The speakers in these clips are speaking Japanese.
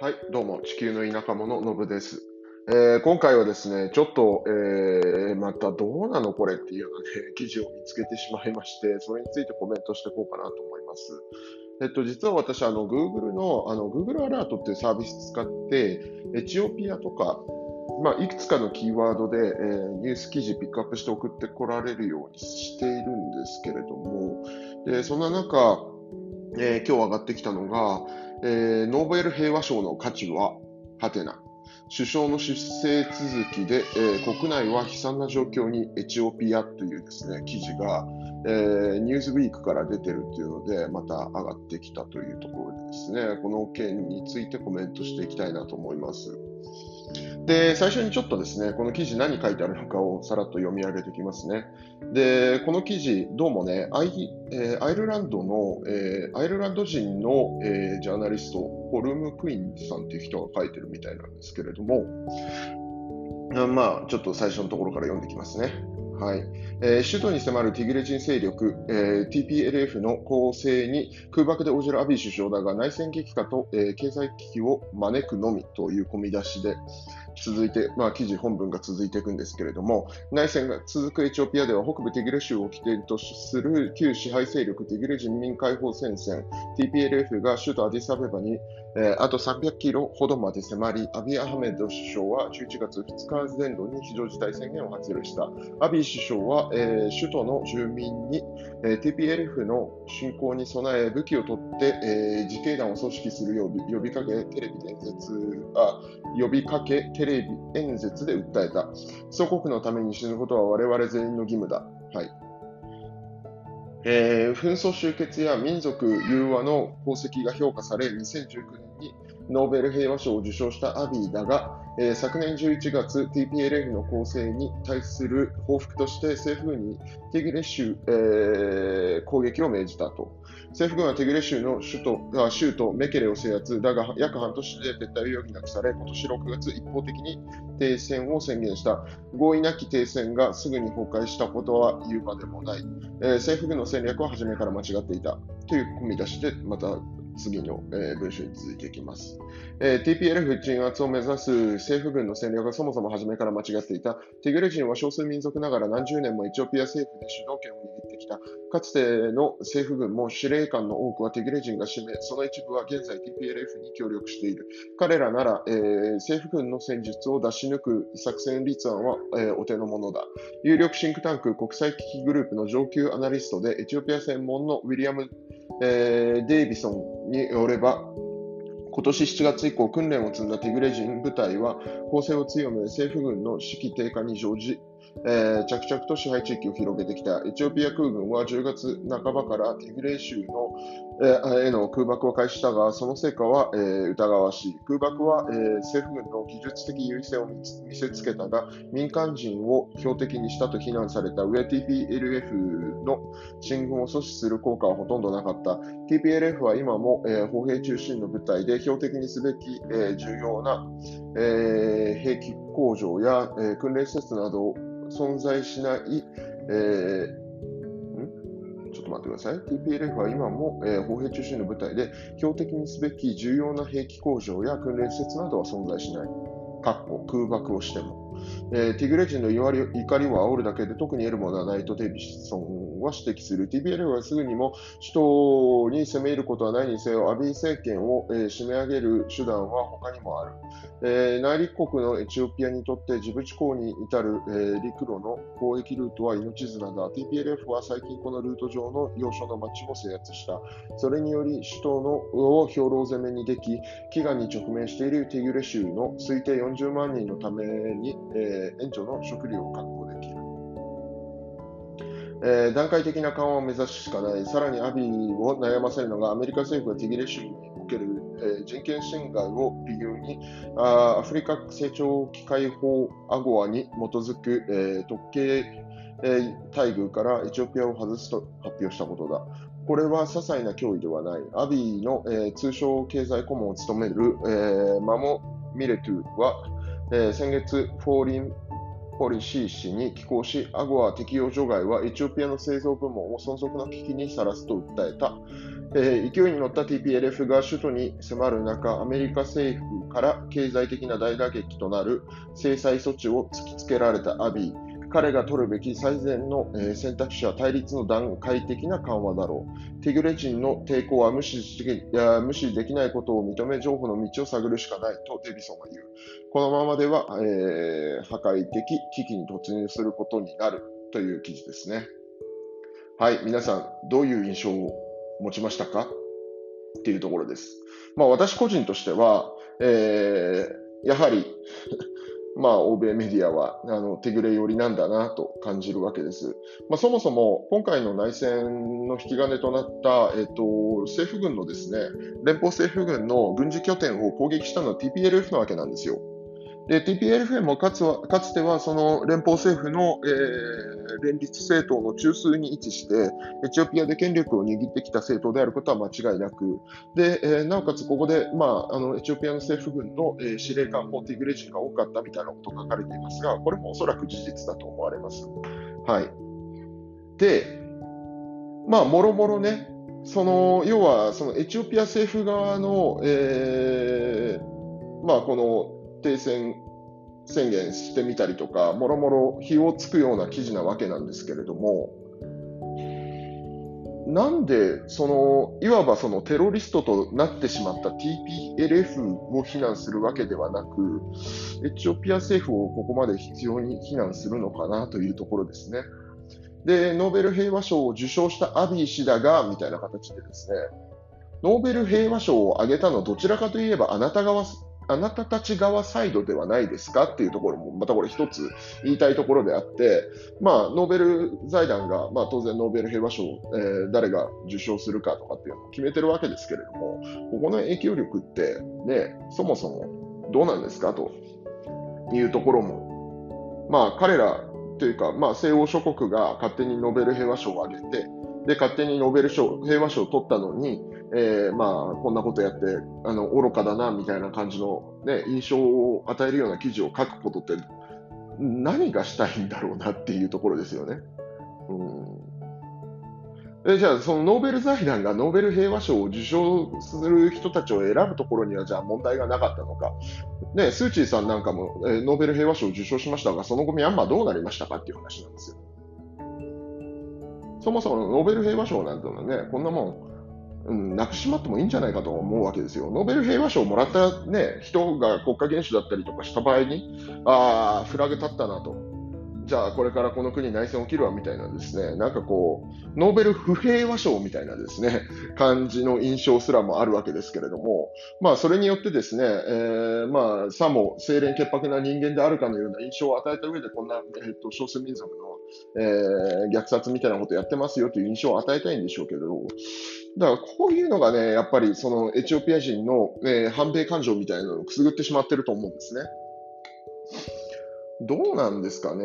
はい、どうも、地球の田舎者、のぶです。今回はですね、ちょっと、またどうなのこれっていうようなね、記事を見つけてしまいまして、それについてコメントしていこうかなと思います。実は私、Google の、Google アラートっていうサービス使って、エチオピアとか、いくつかのキーワードで、ニュース記事ピックアップして送ってこられるようにしているんですけれども、で、そんな中、今日上がってきたのが、ノーベル平和賞の価値は、はてな。首相の出世続きで、国内は悲惨な状況にエチオピアというですね、記事が、ニューズウィークから出てるというので、また上がってきたというところでですね、この件についてコメントしていきたいなと思います。で、最初にちょっとですね、この記事何書いてあるのかをさらっと読み上げていきますね。で、この記事、どうもね、アイルランドの、アイルランド人の、ジャーナリスト、ホルム・クインさんという人が書いてるみたいなんですけれども、ちょっと最初のところから読んでいきますね。はい。首都に迫るティグレ人勢力、TPLF の攻勢に空爆で応じるアビー首相だが内戦激化と、経済危機を招くのみという込み出しで、続いて、記事本文が続いていくんですけれども、内戦が続くエチオピアでは北部ティグレ州を起点とする旧支配勢力ティグレ人民解放戦線 TPLF が首都アディスアベバに、あと300キロほどまで迫り、アビー・アハメド首相は11月2日前後に非常事態宣言を発令した。アビー首相は、首都の住民に、TPLF の侵攻に備え武器を取って、自警団を組織するよう呼びかけテレビ演説で訴えた。祖国のために死ぬことは我々全員の義務だ。はい。紛争終結や民族融和の功績が評価され、2019年にノーベル平和賞を受賞したアビーだが、昨年11月、TPLF の攻勢に対する報復として政府軍にティグレ州、攻撃を命じたと。政府軍はティグレ州の州都メケレを制圧、だが約半年で撤退を余儀なくされ、今年6月一方的に停戦を宣言した。合意なき停戦がすぐに崩壊したことは言うまでもない。政府軍の戦略は初めから間違っていたという込み出しで、また次の、文章に続いていきます。TPLF 鎮圧を目指す政府軍の戦略がそもそも初めから間違っていた。ティグレ人は少数民族ながら何十年もエチオピア政府で主導権を握ってきた。かつての政府軍も司令官の多くはティグレ人が占め、その一部は現在 TPLF に協力している。彼らなら、政府軍の戦術を出し抜く作戦立案は、お手の物だ。有力シンクタンク国際危機グループの上級アナリストでエチオピア専門のウィリアム・デイビソンによれば、今年7月以降、訓練を積んだティグレ人部隊は攻勢を強め、政府軍の士気低下に乗じ、着々と支配地域を広げてきた。エチオピア空軍は10月半ばからティグレ州の、への空爆を開始したが、その成果は、疑わしい。空爆は、政府軍の技術的優位性を見せつけたが、民間人を標的にしたと非難された上 TPLF の進軍を阻止する効果はほとんどなかった。TPLF は今も、歩兵中心の部隊で標的にすべき、重要な、兵器工場や、訓練施設など存在しない、ちょっと待ってください。TPLF は今も、歩兵中心の部隊で標的にすべき重要な兵器工場や訓練施設などは存在しない。空爆をしても。ティグレ人の怒りを煽るだけで特に得るものはないとデイビソンは指摘する。TPLF はすぐにも首都に攻め入ることはないにせよ、アビー政権を、締め上げる手段は他にもある。内陸国のエチオピアにとってジブチ港に至る、陸路の交易ルートは命綱だ。TPLF は最近このルート上の要所の町を制圧した。それにより首都を兵糧攻めにでき、飢餓に直面しているティグレ州の推定40万人のために、援助の食料を確保できる。段階的な緩和を目指すしかない。さらにアビーを悩ませるのがアメリカ政府がティグレ州における、人権侵害を理由にアフリカ成長機会法アゴアに基づく、特権、待遇からエチオピアを外すと発表したことだ。これは些細な脅威ではない。アビーの、通商経済顧問を務める、マモ・ミレトゥは、先月、フォーリンポリシー氏に寄稿し、アゴア適用除外はエチオピアの製造部門を存続の危機にさらすと訴えた。勢いに乗った TPLF が首都に迫る中、アメリカ政府から経済的な大打撃となる制裁措置を突きつけられたアビー。彼が取るべき最善の選択肢は対立の段階的な緩和だろう。ティグレ人の抵抗は無視できないことを認め、譲歩の道を探るしかないとデビソンは言う。このままでは、破壊的危機に突入することになるという記事ですね。はい、皆さん、どういう印象を持ちましたかっていうところです。私個人としては、やはり欧米メディアは手ぐれ寄りなんだなと感じるわけです。そもそも今回の内戦の引き金となった、政府軍のですね、連邦政府軍の軍事拠点を攻撃したのは TPLF なわけなんですよ。で TPLF もかつてはその連邦政府の、連立政党の中枢に位置してエチオピアで権力を握ってきた政党であることは間違いなく、でなおかつここで、エチオピアの政府軍の、司令官ティグレ人が多かったみたいなことが書かれていますが、これもおそらく事実だと思われます。はい。で、もろもろね、要はそのエチオピア政府側の、この停戦宣言してみたりとか、もろもろ火をつくような記事なわけなんですけれども、なんでいわばそのテロリストとなってしまった TPLF を非難するわけではなく、エチオピア政府をここまで必要に非難するのかなというところですね。で、ノーベル平和賞を受賞したアビー氏だが、みたいな形でですね、ノーベル平和賞をあげたのはどちらかといえばあなたたち側サイドではないですかっていうところもまたこれ一つ言いたいところであって、ノーベル財団が、当然ノーベル平和賞を、誰が受賞するかとかっていうのを決めてるわけですけれども、ここの影響力ってね、そもそもどうなんですかというところも、彼らというか、西欧諸国が勝手にノーベル平和賞をあげて、で勝手にノーベル平和賞を取ったのに、こんなことやって愚かだなみたいな感じの、印象を与えるような記事を書くことって何がしたいんだろうなっていうところですよね。じゃあそのノーベル財団がノーベル平和賞を受賞する人たちを選ぶところにはじゃあ問題がなかったのか、スーチーさんなんかも、ノーベル平和賞を受賞しましたが、その後ミャンマーどうなりましたかっていう話なんですよ。そもそもノーベル平和賞なんてのはね、こんなもん、なくしまってもいいんじゃないかと思うわけですよ。ノーベル平和賞をもらった、人が国家元首だったりとかした場合に、フラグ立ったなと。じゃあこれからこの国内戦起きるわみたいなですね、なんかこう、ノーベル不平和賞みたいなですね、感じの印象すらもあるわけですけれども、それによってですね、さも清廉潔白な人間であるかのような印象を与えた上で、こんな、少数民族の、虐殺みたいなことをやってますよという印象を与えたいんでしょうけど、だからこういうのがね、やっぱりそのエチオピア人の、反米感情みたいなのをくすぐってしまってると思うんですね。どうなんですかね。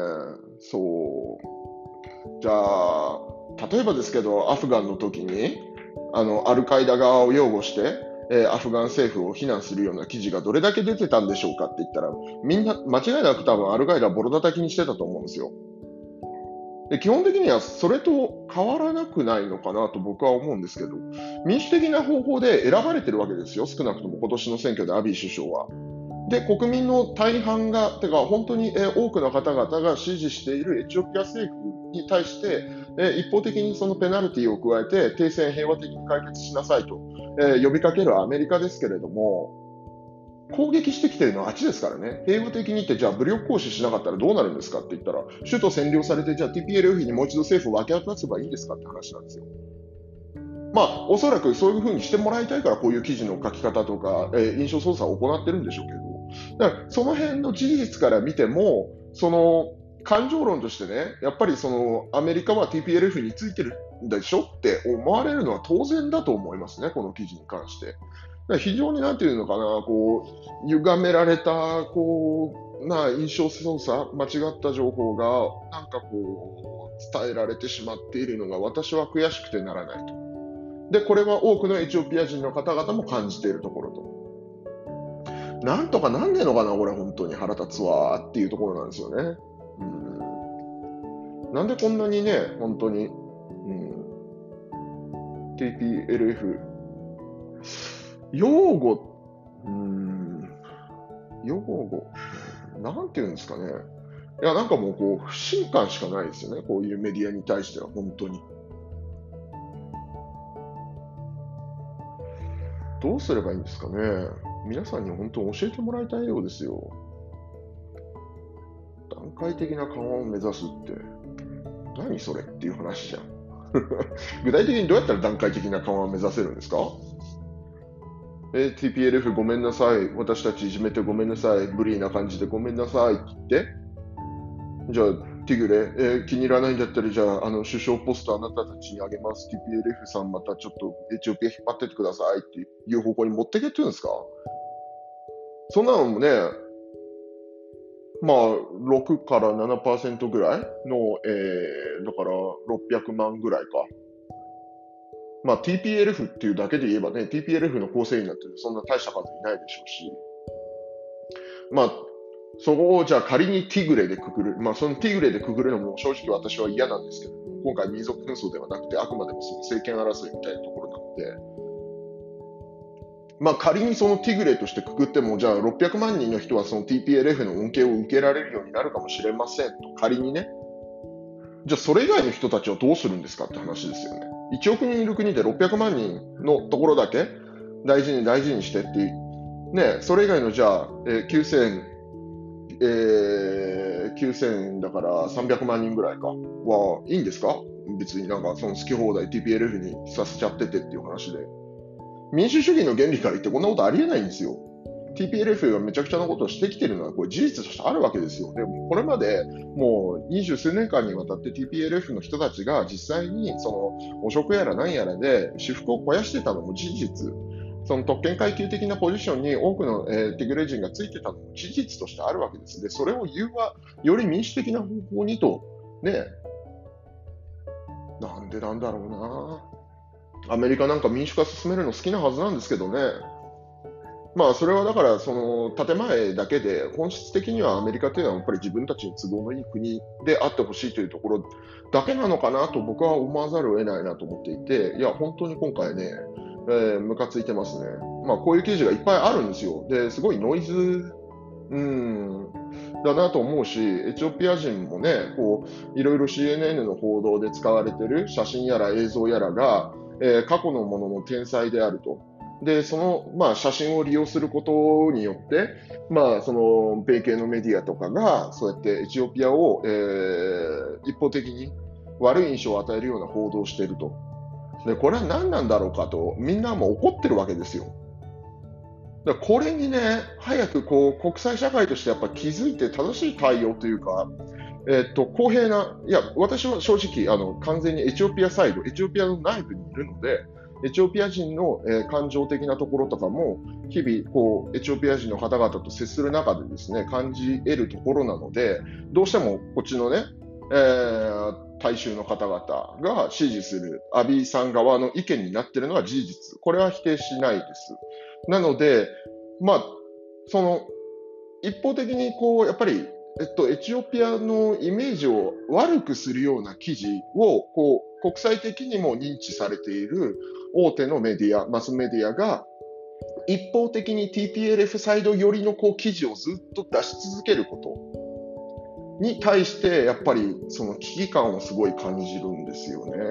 じゃあ、例えばですけど、アフガンの時に、アルカイダ側を擁護して、アフガン政府を非難するような記事がどれだけ出てたんでしょうかって言ったら、みんな間違いなく多分アルカイダはボロ叩きにしてたと思うんですよ。で基本的にはそれと変わらなくないのかなと僕は思うんですけど、民主的な方法で選ばれてるわけですよ、少なくとも今年の選挙でアビー首相は。で、国民の大半が、本当に多くの方々が支持しているエチオピア政府に対して、一方的にそのペナルティを加えて停戦平和的に解決しなさいと、呼びかけるアメリカですけれども、攻撃してきてるのはあっちですからね。平和的に言って、じゃあ武力行使しなかったらどうなるんですかって言ったら、首都占領されて、じゃあ TPLF にもう一度政府を分け渡せばいいんですかって話なんですよ。おそらくそういうふうにしてもらいたいから、こういう記事の書き方とか、印象操作を行ってるんでしょうけど、だからその辺の事実から見ても、その感情論としてね、やっぱりそのアメリカは TPLF についてるんでしょって思われるのは当然だと思いますね、この記事に関して。だから非常になんていうのかな、歪められた印象操作、間違った情報が伝えられてしまっているのが私は悔しくてならないと。で、これは多くのエチオピア人の方々も感じているところと。 なんとかなんねえのかな、これ本当に腹立つわーっていうところなんですよね。なんでこんなにね、本当に、TPLF、用語、用語、なんていうんですかね。いや、なんかもうこう、不信感しかないですよね。こういうメディアに対しては、本当に。どうすればいいんですかね。皆さんに本当に教えてもらいたいようですよ。段階的な緩和を目指すって、何それっていう話じゃん。具体的にどうやったら段階的な緩和を目指せるんですか？TPLF ごめんなさい。私たちいじめてごめんなさい。ブリーな感じでごめんなさいって言って、じゃあ、ティグレ、気に入らないんだったら、じゃあ、首相ポストあなたたちにあげます。TPLF さんまたちょっとエチオピア引っ張ってってくださいっていう方向に持ってけって言うんですか？そんなのもね、まあ、6から7%ぐらいの、だから600万ぐらいか。まあ、TPLF っていうだけで言えばね、TPLF の構成員なんてそんな大した数いないでしょうし、まあ、そこをじゃあ仮にティグレでくくる、まあ、そのティグレでくくるのも正直私は嫌なんですけど、今回民族紛争ではなくて、あくまでもその政権争いみたいなところなので、まあ、仮にそのティグレとしてくくっても、じゃあ600万人の人はその TPLF の恩恵を受けられるようになるかもしれませんと、仮にね、じゃあそれ以外の人たちはどうするんですかって話ですよね。1億人いる国で600万人のところだけ大事に大事にしてっていう、ね、それ以外のじゃあ、9000、9000だから300万人ぐらいかはいいんですか？別になんかその好き放題 TPLF にさせちゃっててっていう話で。民主主義の原理から言ってこんなことありえないんですよ。TPLF がめちゃくちゃなことをしてきているのはこれ事実としてあるわけですよ。でもこれまでもう20数年間にわたって TPLF の人たちが実際にその汚職やら何やらで私腹を肥やしてたのも事実。その特権階級的なポジションに多くの、ティグレ人がついてたのも事実としてあるわけです。で、それを言うはより民主的な方法にと、ね、なんでなんだろうな。アメリカなんか民主化進めるの好きなはずなんですけどね。まあ、それはだから、その建前だけで、本質的にはアメリカというのはやっぱり自分たちに都合のいい国であってほしいというところだけなのかなと僕は思わざるを得ないなと思っていて、いや、本当に今回ね、ムカついてますね。まあ、こういう記事がいっぱいあるんですよ。で、すごいノイズ、だなと思うし、エチオピア人もね、こう、いろいろ CNN の報道で使われている写真やら映像やらが、過去のものの天才であると。で、その、まあ、写真を利用することによって、まあ、その、米系のメディアとかが、そうやってエチオピアを、一方的に悪い印象を与えるような報道をしていると。で、これは何なんだろうかと、みんなも怒ってるわけですよ。だからこれにね、早くこう国際社会としてやっぱ気づいて正しい対応というか、公平な、いや、私は正直、完全にエチオピアサイド、エチオピアの内部にいるので、エチオピア人の、感情的なところとかも、日々、こう、エチオピア人の方々と接する中でですね、感じ得るところなので、どうしてもこっちのね、大衆の方々が支持するアビーさん側の意見になっているのは事実。これは否定しないです。なので、まあ、その、一方的にこう、やっぱり、エチオピアのイメージを悪くするような記事をこう国際的にも認知されている大手のメディア、マスメディアが一方的に TPLF サイド寄りのこう記事をずっと出し続けることに対してやっぱりその危機感をすごい感じるんですよね。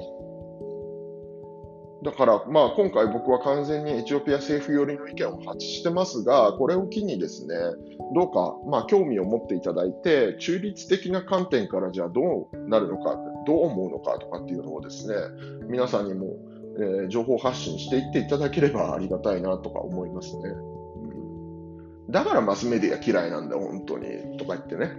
だから、まあ、今回僕は完全にエチオピア政府寄りの意見を発してますが、これを機にですね、どうか、まあ、興味を持っていただいて、中立的な観点からじゃあどうなるのか、どう思うのかとかっていうのをですね、皆さんにも、情報発信していっていただければありがたいなとか思いますね。だからマスメディア嫌いなんだ、本当に、とか言ってね。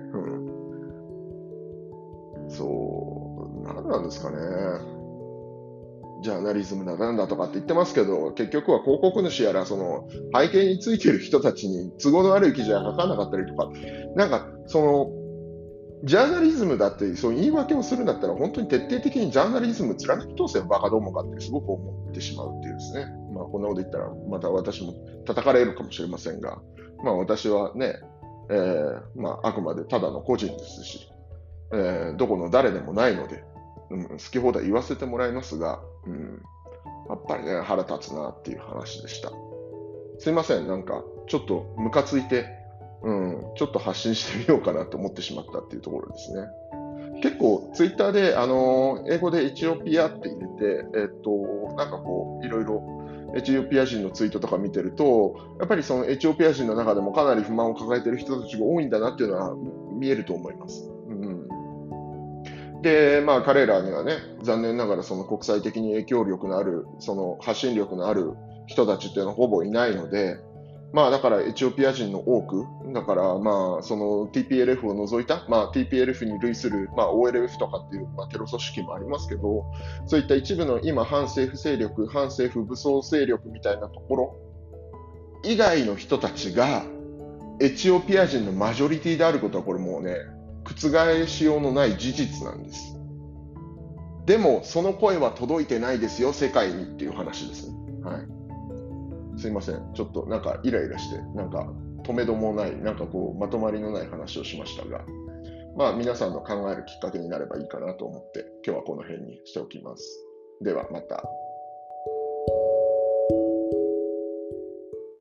そう、何なんですかね。ジャーナリズムだなんだとかって言ってますけど、結局は広告主やらその背景についている人たちに都合の悪い記事が書かなかったりとか、なんかそのジャーナリズムだってそう言い訳をするんだったら本当に徹底的にジャーナリズム貫き通せばバカどもかってすごく思ってしまうっていうですね。 こんなこと言ったらまた私も叩かれるかもしれませんが、私はね、あくまでただの個人ですし、どこの誰でもないので、好き放題言わせてもらいますが、やっぱりね、腹立つなっていう話でした。すいません、なんか、ちょっとムカついて、ちょっと発信してみようかなと思ってしまったっていうところですね。結構、ツイッターで、英語でエチオピアって入れて、なんかこう、いろいろ、エチオピア人のツイートとか見てると、やっぱりそのエチオピア人の中でもかなり不満を抱えている人たちが多いんだなっていうのは見えると思います。で、彼らにはね、残念ながらその国際的に影響力のある、その発信力のある人たちっていうのはほぼいないので、だからエチオピア人の多く、だからその TPLF を除いた、TPLF に類する、OLF とかっていう、テロ組織もありますけど、そういった一部の今反政府勢力、反政府武装勢力みたいなところ以外の人たちがエチオピア人のマジョリティであることはこれもうね、覆しようのない事実なんです。でもその声は届いてないですよ、世界にっていう話ですね。はい。すいません。ちょっとなんかイライラして、なんか止めどもない、なんかこうまとまりのない話をしましたが、皆さんの考えるきっかけになればいいかなと思って、今日はこの辺にしておきます。ではまた。